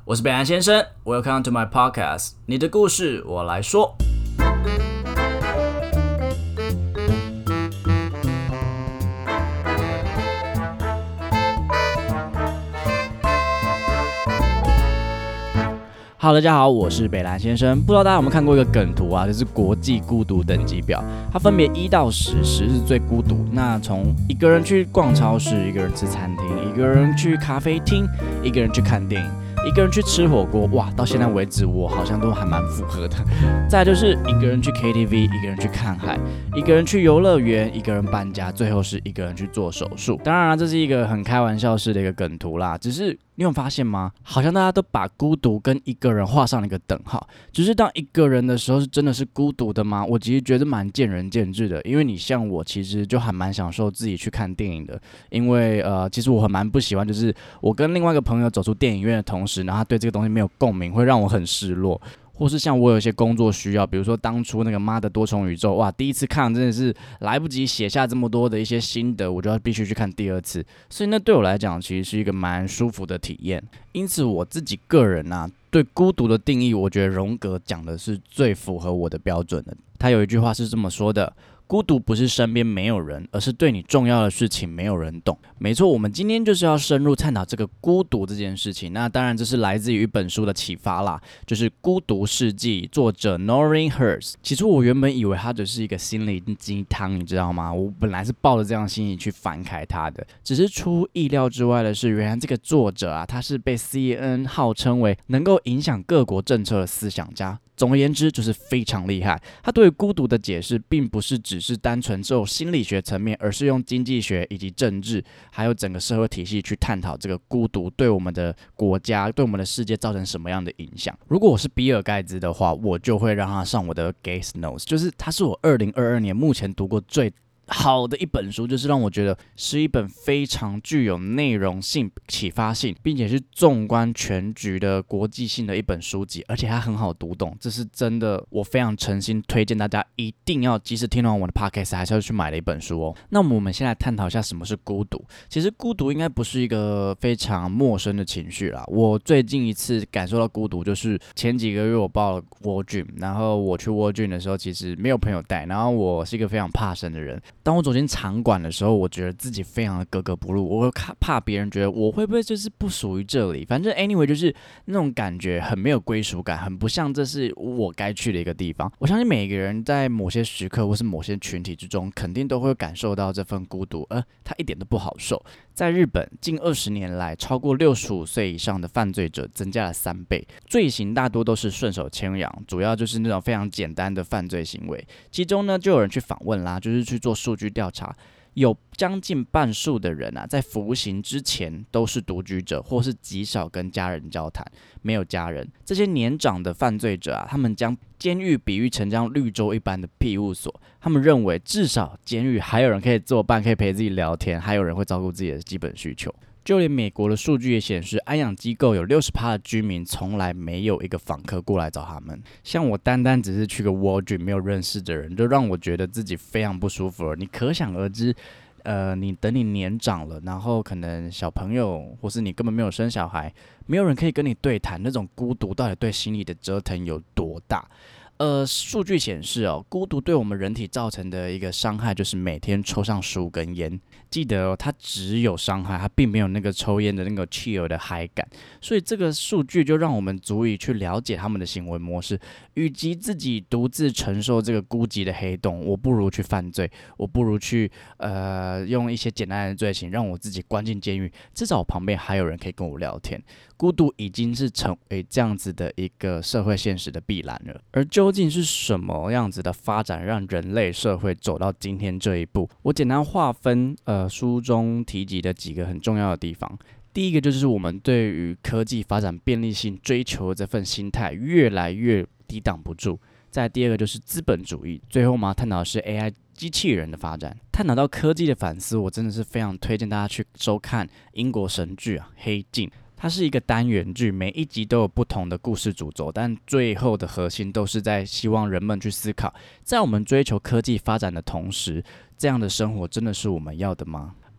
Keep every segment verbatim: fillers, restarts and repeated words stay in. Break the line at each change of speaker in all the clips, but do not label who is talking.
我是北岸先生 ，Welcome to my podcast， 你的故事我来说。Hello， 大家好，我是北兰先生。不知道大家有没有看过一个梗图啊，就是国际孤独等级表，它分别一到十，十是最孤独。那从一个人去逛超市，一个人吃餐厅，一个人去咖啡厅，一个人去看电影，一个人去吃火锅，哇，到现在为止我好像都还蛮符合的。再来就是一个人去 K T V， 一个人去看海，一个人去游乐园，一个人搬家，最后是一个人去做手术。当然啦，这是一个很开玩笑式的一个梗图啦，只是你有发现吗？好像大家都把孤独跟一个人画上了一个等号。只是当一个人的时候，是真的是孤独的吗？我其实觉得蛮见仁见智的。因为你像我，其实就还蛮享受自己去看电影的。因为呃，其实我很蛮不喜欢，就是我跟另外一个朋友走出电影院的同时，然后他对这个东西没有共鸣，会让我很失落。或是像我有一些工作需要，比如说当初那个妈的多重宇宙，哇，第一次看真的是来不及写下这么多的一些心得，我就要必须去看第二次，所以那对我来讲其实是一个蛮舒服的体验。因此我自己个人啊，对孤独的定义，我觉得荣格讲的是最符合我的标准的。他有一句话是这么说的：孤独不是身边没有人，而是对你重要的事情没有人懂。没错，我们今天就是要深入探讨这个孤独这件事情。那当然这是来自于一本书的启发啦，就是《孤独世纪》，作者 Noreen Hertz。其实我原本以为它只是一个心灵鸡汤，你知道吗？我本来是抱着这样的心情去翻开它的，只是出意料之外的是，原来这个作者啊，他是被 C N N 号称为能够影响各国政策的思想家。总而言之，就是非常厉害。他对于孤独的解释，并不是只是单纯只有心理学层面，而是用经济学以及政治，还有整个社会体系去探讨这个孤独对我们的国家、对我们的世界造成什么样的影响。如果我是比尔盖茨的话，我就会让他上我的 Gates Notes， 就是他是我二零二二年目前读过最好的一本书，就是让我觉得是一本非常具有内容性、启发性，并且是纵观全局的国际性的一本书籍，而且它很好读懂，这是真的，我非常诚心推荐大家一定要，即使听完我的 podcast 还是要去买的一本书哦。那么我们先来探讨一下什么是孤独。其实孤独应该不是一个非常陌生的情绪啦。我最近一次感受到孤独，就是前几个月我报了 World Gym， 然后我去 World Gym 的时候，其实没有朋友带，然后我是一个非常怕生的人。当我走进场馆的时候，我觉得自己非常的格格不入，我会怕别人觉得我会不会就是不属于这里。反正 anyway 就是那种感觉很没有归属感，很不像这是我该去的一个地方。我相信每个人在某些时刻或是某些群体之中，肯定都会感受到这份孤独，而它一点都不好受。在日本，近二十年来，超过六十五岁以上的犯罪者增加了三倍，罪行大多都是顺手牵羊，主要就是那种非常简单的犯罪行为。其中呢，就有人去访问啦，就是去做数据调查，有将近半数的人啊，在服刑之前都是独居者，或是极少跟家人交谈，没有家人。这些年长的犯罪者啊，他们将监狱比喻成这样绿洲一般的庇护所，他们认为至少监狱还有人可以作伴，可以陪自己聊天，还有人会照顾自己的基本需求。就连美国的数据也显示，安养机构有 百分之六十 的居民从来没有一个访客过来找他们。像我单单只是去个 World Gym 没有认识的人，就让我觉得自己非常不舒服了。你可想而知，呃，你等你年长了，然后可能小朋友，或是你根本没有生小孩，没有人可以跟你对谈，那种孤独到底对心理的折腾有多大？呃，数据显示哦，孤独对我们人体造成的一个伤害，就是每天抽上十五根烟。记得哦，它只有伤害，它并没有那个抽烟的那个 chill 的嗨感。所以这个数据就让我们足以去了解他们的行为模式，与其自己独自承受这个孤寂的黑洞，我不如去犯罪，我不如去呃用一些简单的罪行让我自己关进监狱，至少我旁边还有人可以跟我聊天。孤独已经是成为这样子的一个社会现实的必然了。而究竟是什么样子的发展让人类社会走到今天这一步？我简单划分呃书中提及的几个很重要的地方。第一个就是我们对于科技发展便利性追求的这份心态越来越抵挡不住。再来第二个就是资本主义。最后我们要探讨的是 A I 机器人的发展。探讨到科技的反思，我真的是非常推荐大家去收看英国神剧啊《黑镜》。它是一个单元剧，每一集都有不同的故事主轴，但最后的核心都是在希望人们去思考，在我们追求科技发展的同时，这样的生活真的是我们要的吗？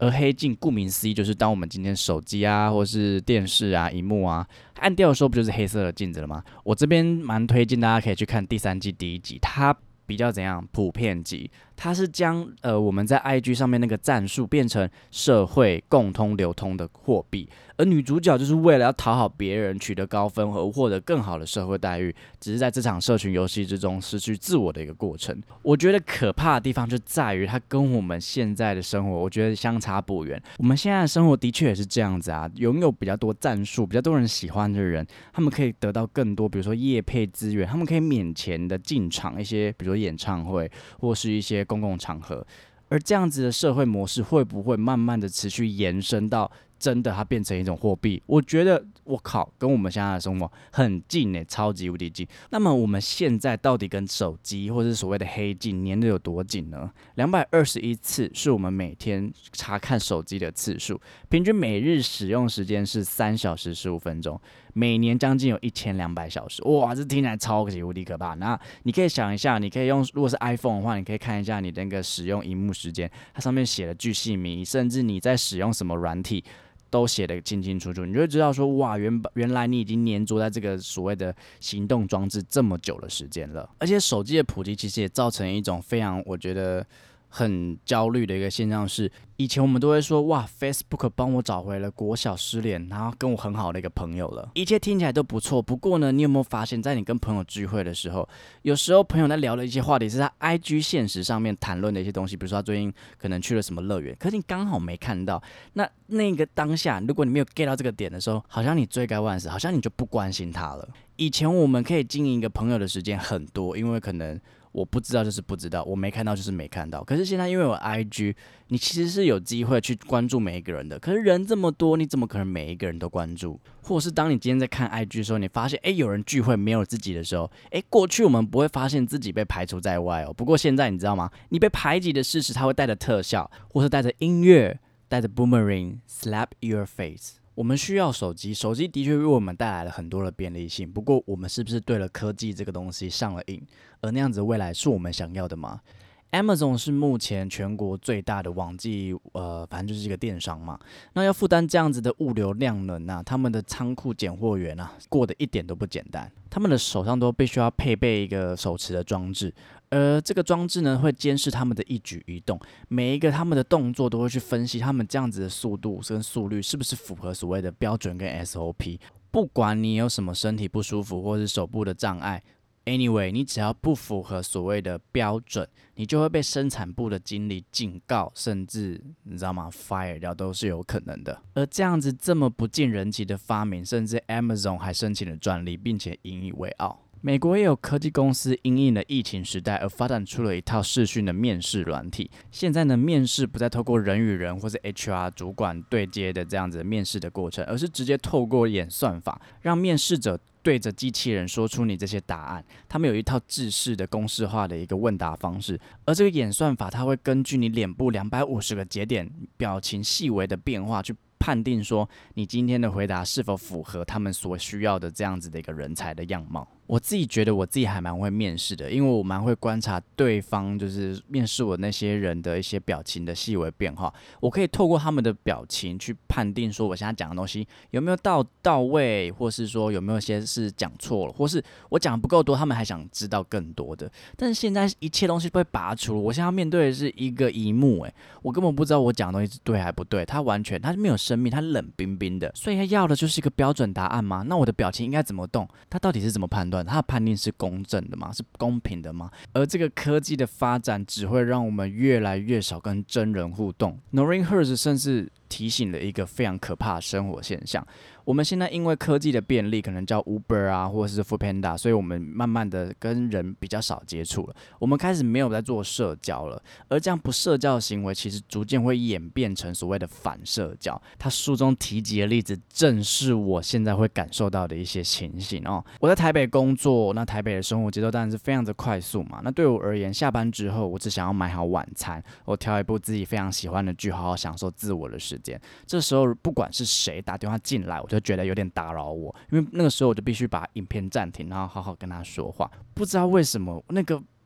而黑镜顾名思义就是当我们今天手机啊或是电视啊荧幕啊按掉的时候，不就是黑色的镜子了吗？我这边蛮推荐大家可以去看第三季第一集，它比较怎样普遍级，它是将呃我们在 I G 上面那个战术变成社会共通流通的货币，而女主角就是为了要讨好别人取得高分而获得更好的社会待遇，只是在这场社群游戏之中失去自我的一个过程。我觉得可怕的地方就在于它跟我们现在的生活我觉得相差不远。我们现在的生活的确也是这样子啊，拥有比较多战术比较多人喜欢的人，他们可以得到更多比如说业配资源，他们可以免钱的进场一些比如说演唱会或是一些公共场合，而这样子的社会模式会不会慢慢的持续延伸到真的它变成一种货币？我觉得我靠，跟我们现在的生活很近耶，超级无敌近。那么我们现在到底跟手机或是所谓的黑镜粘的有多紧呢？两百二十一次是我们每天查看手机的次数，平均每日使用时间是三小时十五分钟，每年将近有一千两百小时，哇，这听起来超级无敌可怕。那你可以想一下，你可以用，如果是 iPhone 的话，你可以看一下你的那个使用荧幕时间，它上面写了巨细靡，甚至你在使用什么软体都写得清清楚楚，你就会知道说，哇，原原来你已经黏着在这个所谓的行动装置这么久的时间了。而且手机的普及其实也造成一种非常，我觉得很焦虑的一个现象是，以前我们都会说哇 Facebook 帮我找回了国小失联然后跟我很好的一个朋友了，一切听起来都不错。不过呢，你有没有发现在你跟朋友聚会的时候，有时候朋友在聊的一些话题是在 I G 现实上面谈论的一些东西，比如说他最近可能去了什么乐园，可是你刚好没看到，那那个当下如果你没有 get 到这个点的时候，好像你罪该万死，好像你就不关心他了。以前我们可以经营一个朋友的时间很多，因为可能我不知道就是不知道，我没看到就是没看到。可是现在因为有 I G， 你其实是有机会去关注每一个人的。可是人这么多，你怎么可能每一个人都关注？或者是当你今天在看 I G 的时候，你发现哎有人聚会没有自己的时候，哎过去我们不会发现自己被排除在外哦。不过现在你知道吗？你被排挤的事实，它会带着特效，或是带着音乐，带着 boomerang slap your face。我们需要手机，手机的确为我们带来了很多的便利性。不过，我们是不是对了科技这个东西上了瘾？而那样子的未来是我们想要的吗？ Amazon 是目前全国最大的网际，呃，反正就是一个电商嘛。那要负担这样子的物流量能啊，他们的仓库拣货员啊，过得一点都不简单。他们的手上都必须要配备一个手持的装置，而这个装置呢，会监视他们的一举一动，每一个他们的动作都会去分析他们这样子的速度跟速率是不是符合所谓的标准跟 S O P。不管你有什么身体不舒服或是手部的障碍。Anyway， 你只要不符合所谓的标准，你就会被生产部的经理警告，甚至你知道吗 ？fire 掉都是有可能的。而这样子这么不近人情的发明，甚至 Amazon 还申请了专利，并且引以为傲。美国也有科技公司因应了疫情时代而发展出了一套视讯的面试软体。现在呢，面试不再透过人与人或是 H R 主管对接的这样子面试的过程，而是直接透过演算法，让面试者对着机器人说出你这些答案。他们有一套制式的公式化的一个问答方式，而这个演算法它会根据你脸部两百五十个节点表情细微的变化去判定说你今天的回答是否符合他们所需要的这样子的一个人才的样貌。我自己觉得我自己还蛮会面试的，因为我蛮会观察对方就是面试我那些人的一些表情的细微变化，我可以透过他们的表情去判定说我现在讲的东西有没有到到位，或是说有没有些是讲错了，或是我讲不够多，他们还想知道更多的。但是现在一切东西都被拔除，我现在要面对的是一个荧幕，哎，我根本不知道我讲的东西是对还不对，它完全它没有生命，它冷冰冰的，所以他要的就是一个标准答案吗？那我的表情应该怎么动？它到底是怎么判断？它的判定是公正的吗？是公平的吗？而这个科技的发展只会让我们越来越少跟真人互动。Noreen Hertz 甚至提醒了一个非常可怕的生活现象。我们现在因为科技的便利，可能叫 Uber 啊，或者是 Foodpanda， 所以我们慢慢的跟人比较少接触了，我们开始没有在做社交了，而这样不社交的行为，其实逐渐会演变成所谓的反社交。他书中提及的例子，正是我现在会感受到的一些情形哦。我在台北工作，那台北的生活节奏当然是非常的快速嘛。那对我而言，下班之后，我只想要买好晚餐，我挑一部自己非常喜欢的剧，好好享受自我的时间。这时候，不管是谁打电话进来，我就觉得有点打扰我，因为那个时候我就必须把影片暂停，然后好好跟他说话。不知道为什么那个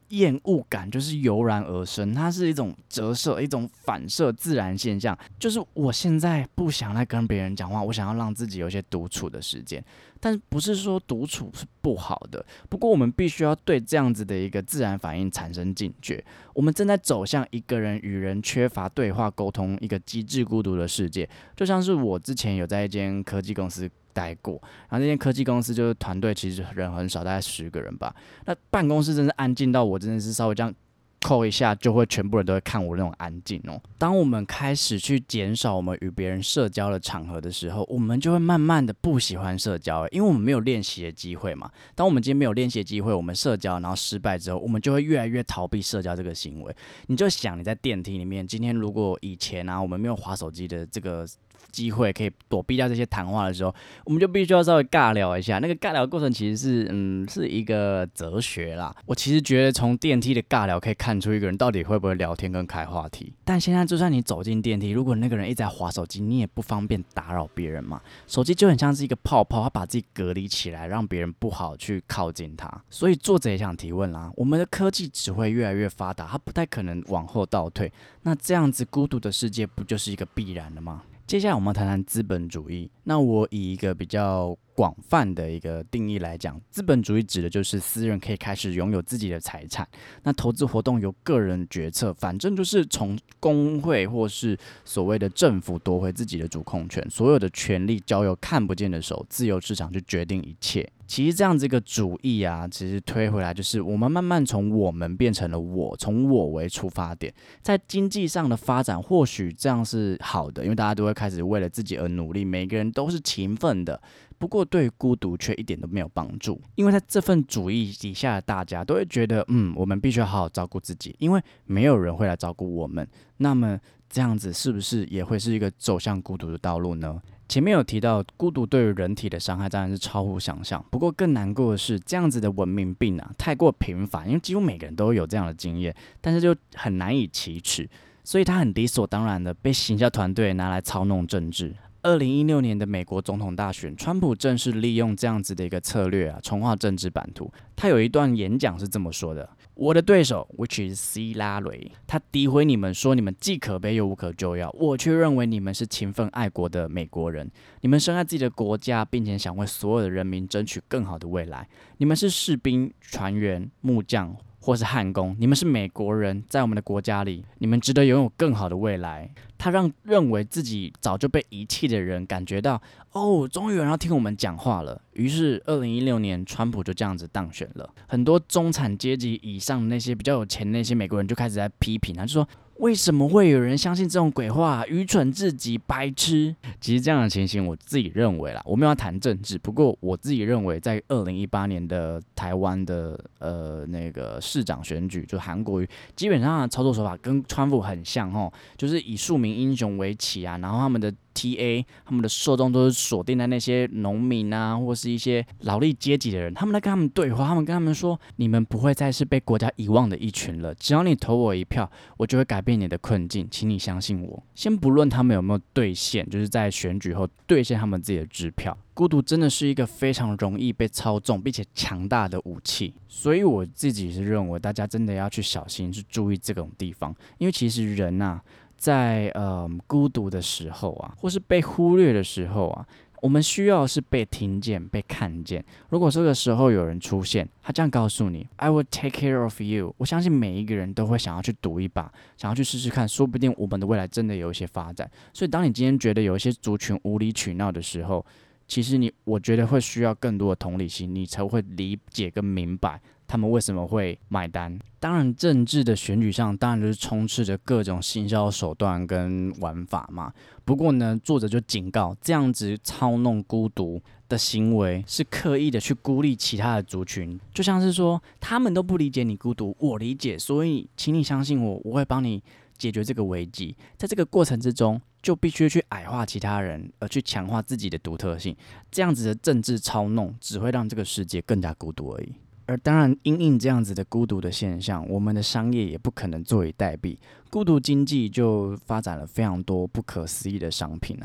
厌恶感就是油然而生，它是一种折射，一种反射自然现象。就是我现在不想来跟别人讲话，我想要让自己有一些独处的时间。但是不是说独处是不好的，不过我们必须要对这样子的一个自然反应产生警觉。我们正在走向一个人与人缺乏对话沟通、一个极致孤独的世界。就像是我之前有在一间科技公司待过，然后那间科技公司就是团队其实人很少，大概十个人吧。那办公室真是安静到我真的是稍微这样扣一下，就会全部人都会看我那种安静哦。当我们开始去减少我们与别人社交的场合的时候，我们就会慢慢的不喜欢社交，因为我们没有练习的机会嘛。当我们今天没有练习的机会，我们社交然后失败之后，我们就会越来越逃避社交这个行为。你就想你在电梯里面，今天如果以前啊我们没有滑手机的这个机会可以躲避掉这些谈话的时候，我们就必须要稍微尬聊一下。那个尬聊的过程其实是，嗯，是一个哲学啦。我其实觉得从电梯的尬聊可以看出一个人到底会不会聊天跟开话题。但现在就算你走进电梯，如果那个人一直在滑手机，你也不方便打扰别人嘛。手机就很像是一个泡泡，它把自己隔离起来，让别人不好去靠近它。所以作者也想提问啦，我们的科技只会越来越发达，它不太可能往后倒退。那这样子孤独的世界不就是一个必然的吗？接下来我们谈谈资本主义。那我以一个比较广泛的一个定义来讲，资本主义指的就是私人可以开始拥有自己的财产，那投资活动由个人决策，反正就是从工会或是所谓的政府夺回自己的主控权，所有的权利交由看不见的手，自由市场去决定一切。其实这样子一个主义啊，其实推回来就是我们慢慢从我们变成了我，从我为出发点。在经济上的发展或许这样是好的，因为大家都会开始为了自己而努力，每个人都是勤奋的。不过对于孤独却一点都没有帮助，因为在这份主义底下的大家都会觉得，嗯，我们必须要好好照顾自己，因为没有人会来照顾我们。那么这样子是不是也会是一个走向孤独的道路呢？前面有提到，孤独对于人体的伤害当然是超乎想象。不过更难过的是，这样子的文明病啊，太过频繁，因为几乎每个人都有这样的经验，但是就很难以启齿，所以他很理所当然的被行销团队拿来操弄政治。二零一六年的美国总统大选，川普正是利用这样子的一个策略啊，重画政治版图。他有一段演讲是这么说的：我的对手 ，which is 希拉蕊，他诋毁你们，说你们既可悲又无可救药，我却认为你们是勤奋爱国的美国人，你们深爱自己的国家，并且想为所有的人民争取更好的未来。你们是士兵、船员、木匠或是焊工，你们是美国人，在我们的国家里，你们值得拥有更好的未来。他让认为自己早就被遗弃的人感觉到，哦，终于有人要听我们讲话了。于是，二零一六年，川普就这样子当选了。很多中产阶级以上的那些比较有钱的那些美国人就开始在批评他，就说，为什么会有人相信这种鬼话？愚蠢至极，白痴！其实这样的情形，我自己认为啦，我没有要谈政治，不过我自己认为，在二零一八年的台湾的呃那个市长选举，就韩国瑜，基本上的操作手法跟川普很像哦，就是以庶民英雄为旗啊，然后他们的T A 他们的受众都是锁定在那些农民啊，或是一些劳力阶级的人，他们在跟他们对话，他们跟他们说，你们不会再是被国家遗忘的一群了，只要你投我一票，我就会改变你的困境，请你相信我。先不论他们有没有兑现，就是在选举后兑现他们自己的支票，孤独真的是一个非常容易被操纵并且强大的武器，所以我自己是认为大家真的要去小心，去注意这种地方，因为其实人啊在呃孤独的时候啊，或是被忽略的时候啊，我们需要的是被听见、被看见。如果这个时候有人出现，他这样告诉你 "I will take care of you"， 我相信每一个人都会想要去赌一把，想要去试试看，说不定我们的未来真的有一些发展。所以，当你今天觉得有一些族群无理取闹的时候，其实你，我觉得会需要更多的同理心，你才会理解跟明白他们为什么会买单。当然，政治的选举上，当然就是充斥着各种行销手段跟玩法嘛。不过呢，作者就警告，这样子操弄孤独的行为是刻意的去孤立其他的族群，就像是说，他们都不理解你孤独，我理解，所以请你相信我，我会帮你解决这个危机。在这个过程之中，就必须去矮化其他人，而去强化自己的独特性。这样子的政治操弄，只会让这个世界更加孤独而已。而当然，因应这样子的孤独的现象，我们的商业也不可能坐以待毙。孤独经济就发展了非常多不可思议的商品啊，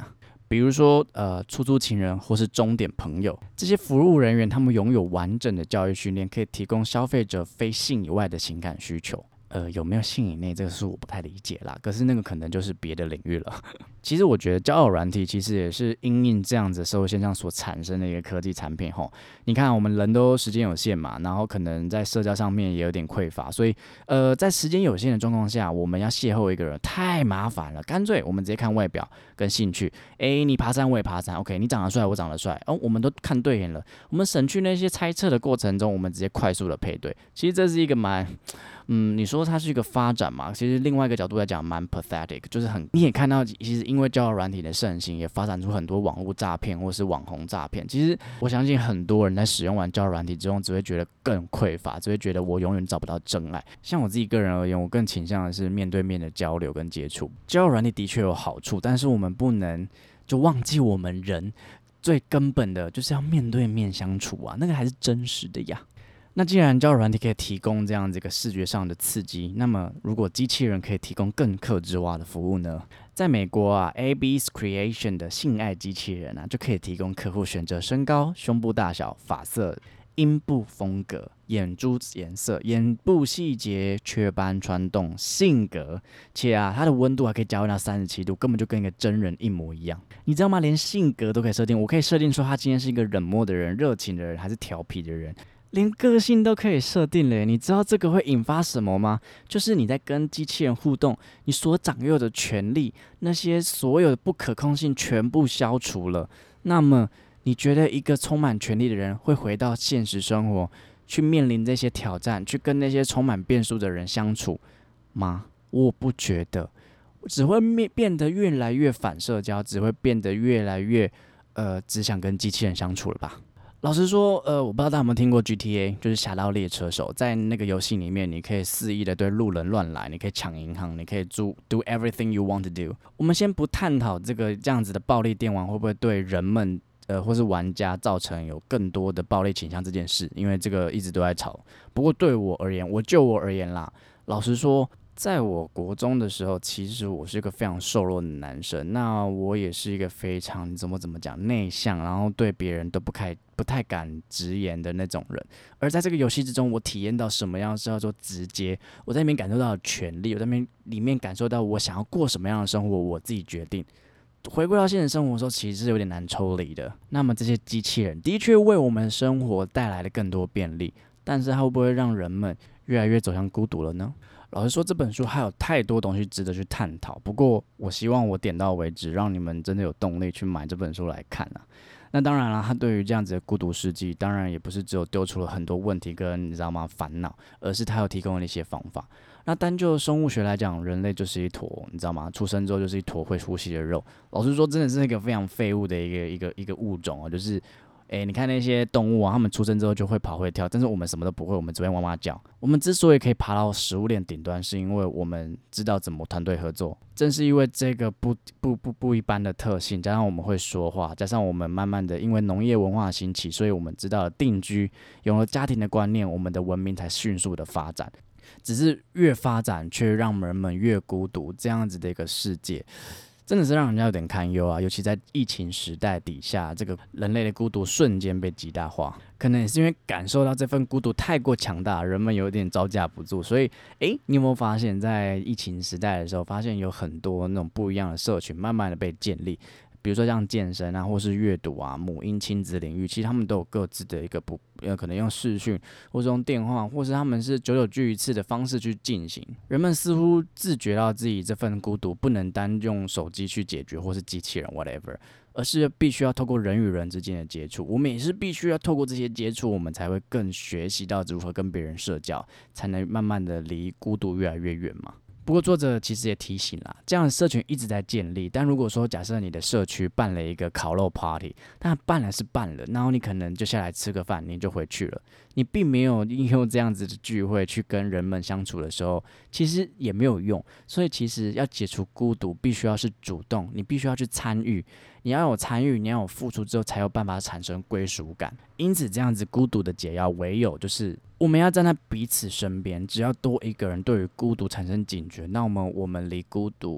比如说呃出租情人或是钟点朋友，这些服务人员他们拥有完整的教育训练，可以提供消费者非性以外的情感需求。呃，有没有性以内这个是我不太理解啦，可是那个可能就是别的领域了。其实我觉得交友软体其实也是因应这样子社会现象所产生的一个科技产品吼。你看我们人都时间有限嘛，然后可能在社交上面也有点匮乏，所以呃在时间有限的状况下，我们要邂逅一个人太麻烦了，干脆我们直接看外表跟兴趣。诶，你爬山我也爬山 ，OK， 你长得帅我长得帅，哦，我们都看对眼了，我们省去那些猜测的过程中，我们直接快速的配对。其实这是一个蛮。嗯，你说它是一个发展嘛？其实另外一个角度来讲，蛮 pathetic， 就是很你也看到，其实因为交友软体的盛行，也发展出很多网络诈骗或是网红诈骗。其实我相信很多人在使用完交友软体之后，只会觉得更匮乏，只会觉得我永远找不到真爱。像我自己个人而言，我更倾向的是面对面的交流跟接触。交友软体的确有好处，但是我们不能就忘记我们人最根本的就是要面对面相处啊，那个还是真实的呀。那既然交友软体可以提供这样子一个视觉上的刺激，那么如果机器人可以提供更客制化的服务呢？在美国啊 ，A B S Creation 的性爱机器人啊，就可以提供客户选择身高、胸部大小、发色、阴部风格、眼珠颜色、眼部细节、雀斑穿洞、性格，且啊，它的温度还可以加温到三十七度，根本就跟一个真人一模一样。你知道吗？连性格都可以设定，我可以设定说他今天是一个冷漠的人、热情的人，还是调皮的人。连个性都可以设定了，你知道这个会引发什么吗？就是你在跟机器人互动，你所掌有的权利，那些所有的不可控性全部消除了。那么，你觉得一个充满权力的人会回到现实生活，去面临这些挑战，去跟那些充满变数的人相处吗？我不觉得，只会变得越来越反社交，只会变得越来越呃，只想跟机器人相处了吧。老实说，呃，我不知道大家有没有听过 G T A， 就是侠盗猎车手。在那个游戏里面，你可以肆意的对路人乱来，你可以抢银行，你可以做 do everything you want to do。我们先不探讨这个这样子的暴力电玩会不会对人们，呃，或是玩家造成有更多的暴力倾向这件事，因为这个一直都在吵。不过对我而言，我就我而言啦，老实说。在我国中的时候，其实我是一个非常瘦弱的男生，那我也是一个非常怎么怎么讲内向，然后对别人都不太不太敢直言的那种人。而在这个游戏之中，我体验到什么样是叫做直接，我在那边感受到权利，我在那边里面感受到我想要过什么样的生活，我自己决定。回归到现实生活的时候，其实是有点难抽离的。那么这些机器人的确为我们的生活带来了更多便利，但是它会不会让人们越来越走向孤独了呢？老实说，这本书还有太多东西值得去探讨。不过，我希望我点到为止，让你们真的有动力去买这本书来看啊。那当然了，他对于这样子的孤独世纪，当然也不是只有丢出了很多问题跟你知道吗烦恼，而是他有提供了一些方法。那单就生物学来讲，人类就是一坨，你知道吗？出生之后就是一坨会呼吸的肉。老实说，真的是一个非常废物的一个一个一个物种哦，就是。诶，你看那些动物啊，它们出生之后就会跑会跳，但是我们什么都不会，我们只会哇哇叫。我们之所以可以爬到食物链顶端，是因为我们知道怎么团队合作。正是因为这个不不不不一般的特性，加上我们会说话，加上我们慢慢的因为农业文化兴起，所以我们知道了定居，有了家庭的观念，我们的文明才迅速的发展。只是越发展，却让人们越孤独，这样子的一个世界。真的是让人家有点堪忧啊，尤其在疫情时代底下，这个人类的孤独瞬间被极大化，可能也是因为感受到这份孤独太过强大，人们有点招架不住，所以，诶，你有没有发现，在疫情时代的时候，发现有很多那种不一样的社群，慢慢的被建立。比如说像健身啊，或是阅读啊，母婴亲子领域，其实他们都有各自的一个不，呃，可能用视讯，或是用电话，或是他们是久久聚一次的方式去进行。人们似乎自觉到自己这份孤独不能单用手机去解决，或是机器人 whatever， 而是必须要透过人与人之间的接触。我们也是必须要透过这些接触，我们才会更学习到如何跟别人社交，才能慢慢的离孤独越来越远嘛。不过作者其实也提醒啦，这样的社群一直在建立，但如果说假设你的社区办了一个烤肉 party， 但办了是办了，然后你可能就下来吃个饭，你就回去了，你并没有应用这样子的聚会去跟人们相处的时候，其实也没有用。所以其实要解除孤独，必须要是主动，你必须要去参与，你要有参与，你要有付出之后，才有办法产生归属感。因此，这样子孤独的解药，唯有就是我们要站在彼此身边。只要多一个人对于孤独产生警觉，那么我们离孤独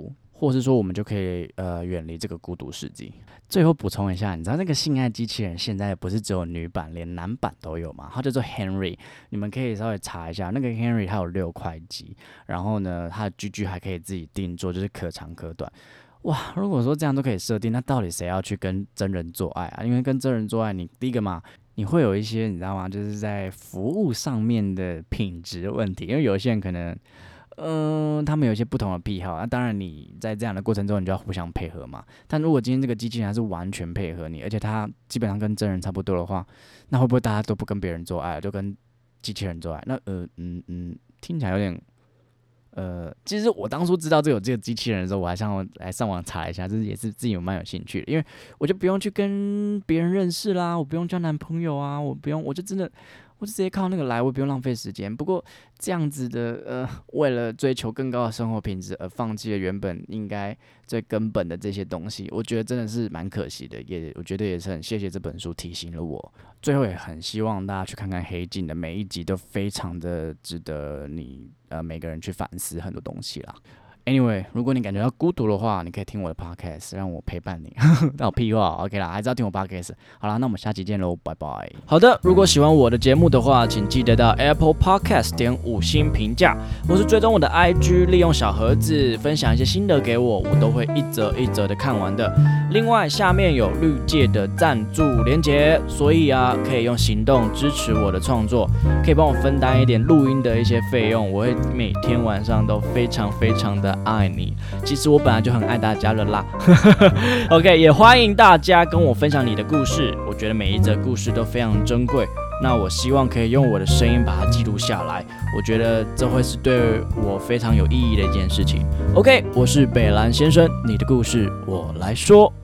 或是说我们就可以呃远离这个孤独世纪。最后补充一下，你知道那个性爱机器人现在不是只有女版，连男版都有吗？它叫做 Henry， 你们可以稍微查一下，那个 Henry 它有六块肌，然后呢，它的 G G 还可以自己定做，就是可长可短。哇，如果说这样都可以设定，那到底谁要去跟真人做爱啊？因为跟真人做爱，你第一个嘛，你会有一些你知道吗？就是在服务上面的品质问题，因为有些人可能。嗯、呃，他们有一些不同的癖好，那、啊、当然你在这样的过程中，你就要互相配合嘛。但如果今天这个机器人它是完全配合你，而且它基本上跟真人差不多的话，那会不会大家都不跟别人做爱，就跟机器人做爱？那呃嗯嗯，听起来有点呃，其实我当初知道这有这个机器人的时候，我还上网来上网查一下，就是也是自己有蛮有兴趣的，因为我就不用去跟别人认识啦，我不用交男朋友啊，我不用，我就真的。我就直接靠那个来，我不用浪费时间。不过这样子的，呃，为了追求更高的生活品质而放弃了原本应该最根本的这些东西，我觉得真的是蛮可惜的。也我觉得也是很谢谢这本书提醒了我。最后也很希望大家去看看《黑镜》的每一集，都非常的值得你呃每个人去反思很多东西啦。Anyway， 如果你感觉到孤独的话，你可以听我的 podcast， 让我陪伴你。那我屁话 ，OK 啦，还是要听我 podcast。好啦，那我们下期见喽，拜拜。好的，如果喜欢我的节目的话，请记得到 Apple Podcast 点五星评价，或是追踪我的 I G， 利用小盒子分享一些心得给我，我都会一则一则的看完的。另外，下面有绿界的赞助连结，所以啊，可以用行动支持我的创作，可以帮我分担一点录音的一些费用，我会每天晚上都非常非常的爱你。其实我本来就很爱大家了啦。OK， 也欢迎大家跟我分享你的故事，我觉得每一则故事都非常珍贵。那我希望可以用我的声音把它记录下来，我觉得这会是对我非常有意义的一件事情。OK， 我是北兰先生，你的故事我来说。